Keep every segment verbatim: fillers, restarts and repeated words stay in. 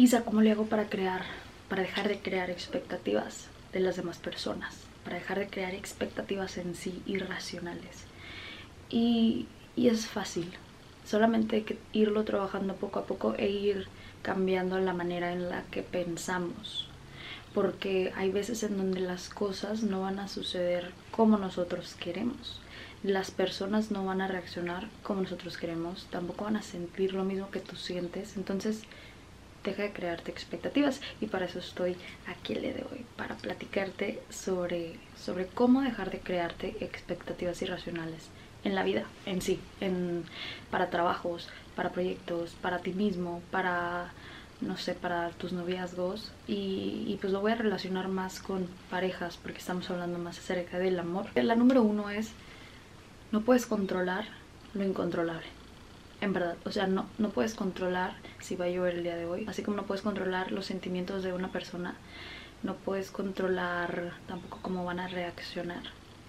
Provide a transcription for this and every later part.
Isa, ¿cómo le hago para crear, para dejar de crear expectativas de las demás personas? Para dejar de crear expectativas en sí irracionales. Y, y es fácil. Solamente hay que irlo trabajando poco a poco e ir cambiando la manera en la que pensamos. Porque hay veces en donde las cosas no van a suceder como nosotros queremos. Las personas no van a reaccionar como nosotros queremos. Tampoco van a sentir lo mismo que tú sientes. Entonces, deja de crearte expectativas. Y para eso estoy aquí el día de hoy. Para platicarte sobre, sobre cómo dejar de crearte expectativas irracionales en la vida en sí, en, para trabajos, para proyectos, para ti mismo, para, no sé, para tus noviazgos. Y, y pues lo voy a relacionar más con parejas porque estamos hablando más acerca del amor. La número uno es: no puedes controlar lo incontrolable. En verdad, o sea, no, no puedes controlar si va a llover el día de hoy, así como no puedes controlar los sentimientos de una persona, no puedes controlar tampoco cómo van a reaccionar.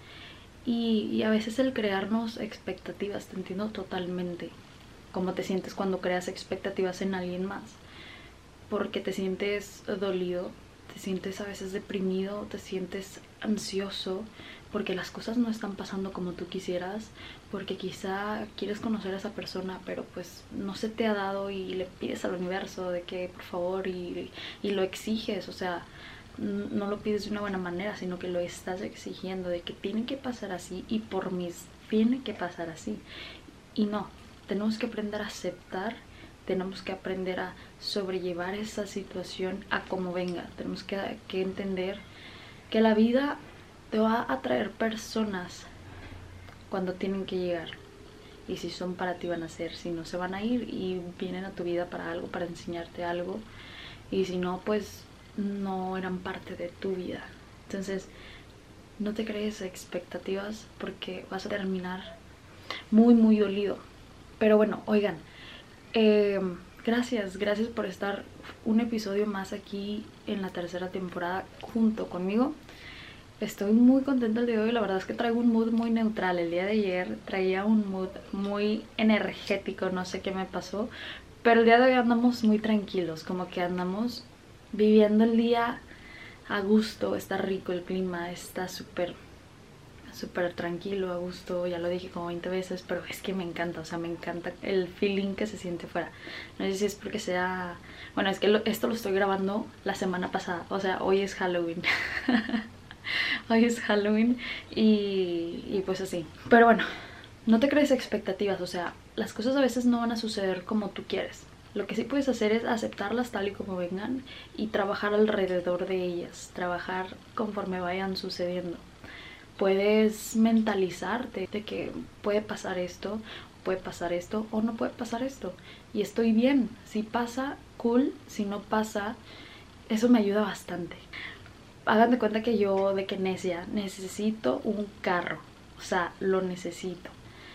Y, y a veces el crearnos expectativas, te entiendo totalmente cómo te sientes cuando creas expectativas en alguien más, porque te sientes dolido, te sientes a veces deprimido, te sientes ansioso, porque las cosas no están pasando como tú quisieras, porque quizá quieres conocer a esa persona, pero pues no se te ha dado y le pides al universo de que por favor y, y lo exiges, o sea, no lo pides de una buena manera, sino que lo estás exigiendo de que tiene que pasar así y por mis tiene que pasar así. Y no, tenemos que aprender a aceptar, tenemos que aprender a sobrellevar esa situación a como venga. Tenemos que, que entender que la vida te va a traer personas cuando tienen que llegar. Y si son para ti van a ser, si no se van a ir y vienen a tu vida para algo, para enseñarte algo. Y si no, pues no eran parte de tu vida. Entonces, no te crees expectativas porque vas a terminar muy, muy dolido. Pero bueno, oigan, eh, gracias, gracias por estar un episodio más aquí en la tercera temporada junto conmigo. Estoy muy contenta el día de hoy, la verdad es que traigo un mood muy neutral. El día de ayer traía un mood muy energético, no sé qué me pasó, pero el día de hoy andamos muy tranquilos, como que andamos viviendo el día a gusto. Está rico el clima, está súper súper tranquilo, a gusto, ya lo dije como veinte veces, pero es que me encanta, o sea, me encanta el feeling que se siente fuera. No sé si es porque sea, bueno, es que lo, esto lo estoy grabando la semana pasada, o sea, hoy es Halloween. Hoy es Halloween y, y pues así. Pero bueno, no te crees expectativas, o sea, las cosas a veces no van a suceder como tú quieres. Lo que sí puedes hacer es aceptarlas tal y como vengan y trabajar alrededor de ellas, trabajar conforme vayan sucediendo. Puedes mentalizarte de que puede pasar esto, puede pasar esto o no puede pasar esto. Y estoy bien, si pasa, cool, si no pasa, eso me ayuda bastante. Hagan de cuenta que yo, de que necia, necesito un carro, o sea, lo necesito.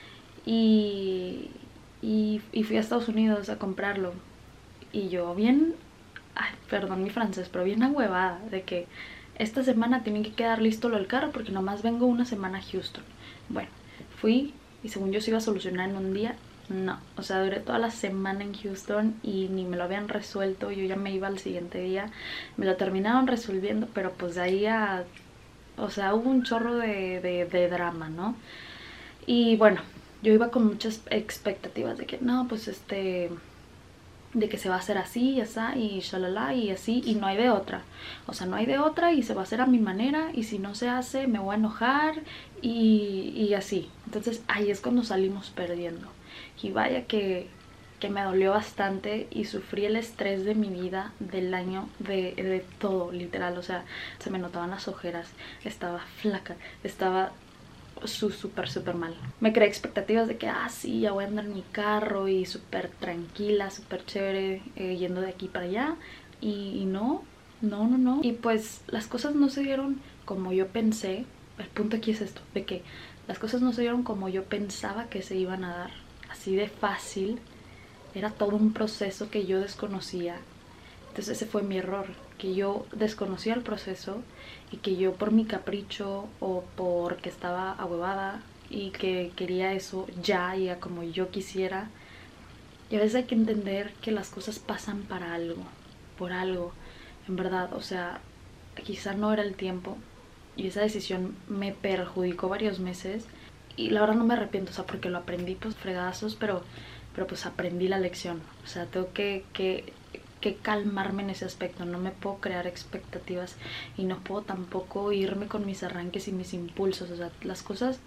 Y, y, y fui a Estados Unidos a comprarlo. Y yo bien, ay, perdón mi francés, pero bien ahuevada de que esta semana tienen que quedar listo lo del carro porque nomás vengo una semana a Houston. Bueno, fui y según yo se iba a solucionar en un día. No, o sea, duré toda la semana en Houston y ni me lo habían resuelto. Yo ya me iba al siguiente día, me lo terminaron resolviendo, pero pues de ahí a, o sea, hubo un chorro de, de, de drama, ¿no? Y bueno, yo iba con muchas expectativas de que no, pues este, de que se va a hacer así y así y shalala y así, y no hay de otra, o sea, no hay de otra y se va a hacer a mi manera, y si no se hace me voy a enojar y, y así. Entonces ahí es cuando salimos perdiendo. Y vaya que, que me dolió bastante y sufrí el estrés de mi vida, del año, de, de todo, literal. O sea, se me notaban las ojeras, estaba flaca, estaba súper, súper mal. Me creé expectativas de que, ah, sí, ya voy a andar en mi carro y súper tranquila, súper chévere, eh, yendo de aquí para allá. Y, y no, no, no, no. Y pues las cosas no se dieron como yo pensé. El punto aquí es esto, de que las cosas no se dieron como yo pensaba que se iban a dar. Así de fácil. Era todo un proceso que yo desconocía. Entonces ese fue mi error, que yo desconocía el proceso y que yo por mi capricho o porque estaba ahuevada y que quería eso ya y a como yo quisiera. Y a veces hay que entender que las cosas pasan para algo. por algo, en verdad. O sea, quizá no era el tiempo y esa decisión me perjudicó varios meses y la verdad no me arrepiento, o sea, porque lo aprendí pues fregadazos, pero, pero pues aprendí la lección. O sea, tengo que, que, que calmarme en ese aspecto, no me puedo crear expectativas y no puedo tampoco irme con mis arranques y mis impulsos. O sea, las cosas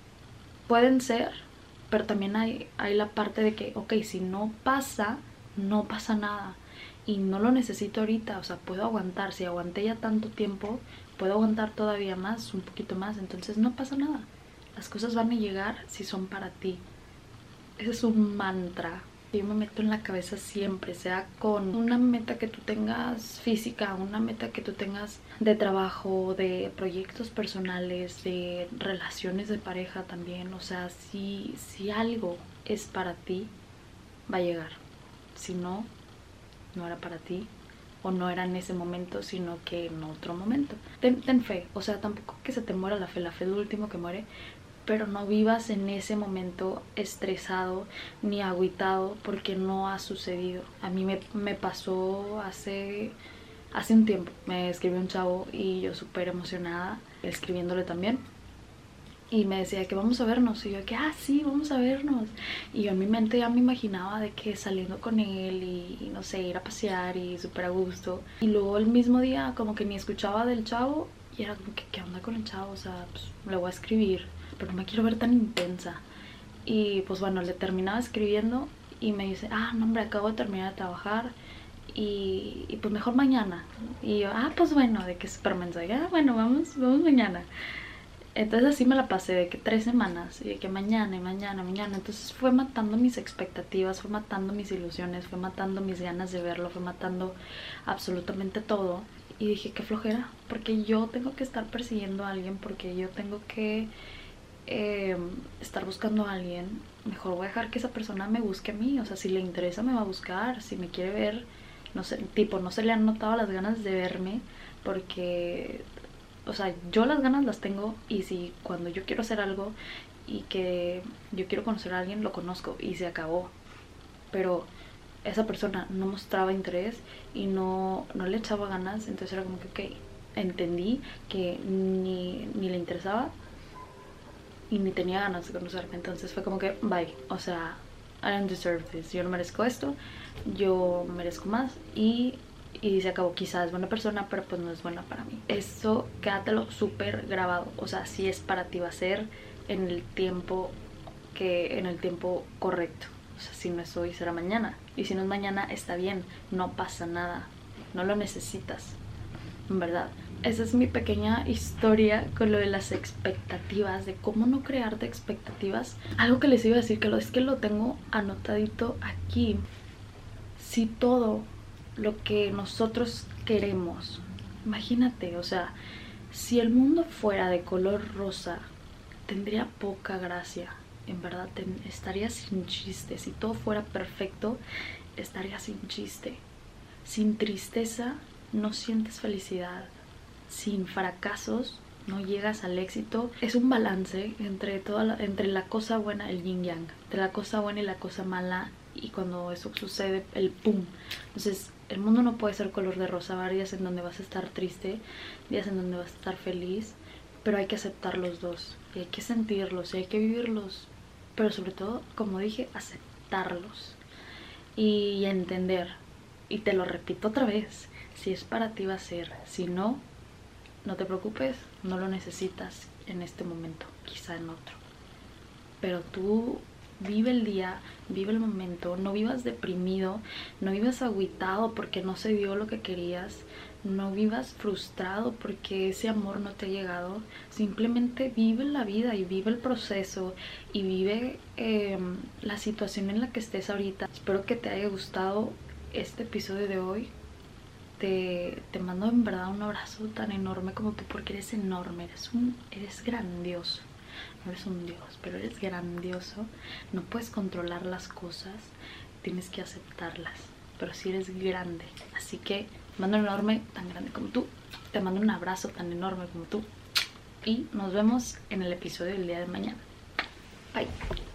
pueden ser, pero también hay, hay la parte de que, ok, si no pasa, no pasa nada y no lo necesito ahorita. O sea, puedo aguantar, si aguanté ya tanto tiempo, puedo aguantar todavía más, un poquito más, entonces no pasa nada. Las cosas van a llegar si son para ti. Ese es un mantra que yo me meto en la cabeza siempre, sea con una meta que tú tengas física, una meta que tú tengas de trabajo, de proyectos personales, de relaciones de pareja también. O sea, si, si algo es para ti, va a llegar. Si no, no era para ti, o no era en ese momento, sino que en otro momento. Ten, ten fe, o sea, tampoco que se te muera la fe, la fe es lo último que muere, pero no vivas en ese momento estresado ni agüitado porque no ha sucedido. A mí me, me pasó hace, hace un tiempo, me escribió un chavo y yo súper emocionada, escribiéndole también. Y me decía que vamos a vernos, y yo que, ah, sí, vamos a vernos. Y yo en mi mente ya me imaginaba de que saliendo con él y, y no sé, ir a pasear y súper a gusto. Y luego el mismo día como que ni escuchaba del chavo y era como que, ¿qué onda con el chavo? O sea, pues le voy a escribir, pero no me quiero ver tan intensa. Y pues bueno, le terminaba escribiendo y me dice, ah, no hombre, acabo de terminar de trabajar y, y pues mejor mañana. Y yo, ah, pues bueno, de que súper mensaje, ah, bueno, vamos, vamos mañana. Entonces así me la pasé de que tres semanas y de que mañana y mañana, mañana. Entonces fue matando mis expectativas, fue matando mis ilusiones, fue matando mis ganas de verlo, fue matando absolutamente todo. Y dije, qué flojera, porque yo tengo que estar persiguiendo a alguien, porque yo tengo que eh, estar buscando a alguien. Mejor voy a dejar que esa persona me busque a mí. O sea, si le interesa me va a buscar, si me quiere ver, no sé, tipo, no se le han notado las ganas de verme, porque... O sea, yo las ganas las tengo y si cuando yo quiero hacer algo y que yo quiero conocer a alguien, lo conozco y se acabó. Pero esa persona no mostraba interés y no, no le echaba ganas, entonces era como que, ok, entendí que ni, ni le interesaba y ni tenía ganas de conocerme. Entonces fue como que, bye, o sea, I don't deserve this, yo no merezco esto, yo merezco más y... y se acabó. Quizás es buena persona, pero pues no es buena para mí. Eso quédatelo súper grabado. O sea, si es para ti, va a ser en el tiempo que en el tiempo correcto. O sea, si no es hoy, será mañana. Y si no es mañana, está bien, no pasa nada, no lo necesitas, en verdad. Esa es mi pequeña historia con lo de las expectativas, de cómo no crearte expectativas. Algo que les iba a decir, que lo, es que lo tengo anotadito aquí. Si todo lo que nosotros queremos, imagínate, o sea, si el mundo fuera de color rosa, tendría poca gracia, en verdad, ten, estaría sin chiste. Si todo fuera perfecto, estaría sin chiste. Sin tristeza no sientes felicidad, sin fracasos no llegas al éxito. Es un balance entre toda la, entre la cosa buena, el yin yang, entre la cosa buena y la cosa mala. Y cuando eso sucede, el pum. Entonces el mundo no puede ser color de rosa. Va a haber días en donde vas a estar triste, días en donde vas a estar feliz, pero hay que aceptar los dos y hay que sentirlos y hay que vivirlos, pero sobre todo, como dije, aceptarlos y entender. Y te lo repito otra vez, si es para ti va a ser, si no, no te preocupes, no lo necesitas en este momento, quizá en otro, pero tú vive el día, vive el momento, no vivas deprimido, no vivas agüitado porque no se dio lo que querías, no vivas frustrado porque ese amor no te ha llegado. Simplemente vive la vida y vive el proceso y vive eh, la situación en la que estés ahorita. Espero que te haya gustado este episodio de hoy. Te, te mando en verdad un abrazo tan enorme como tú, porque eres enorme, eres, un, eres grandioso. No eres un dios, pero eres grandioso. No puedes controlar las cosas, tienes que aceptarlas, pero sí eres grande. Así que te mando un enorme, tan grande como tú. Te mando un abrazo tan enorme como tú. Y nos vemos en el episodio del día de mañana. Bye.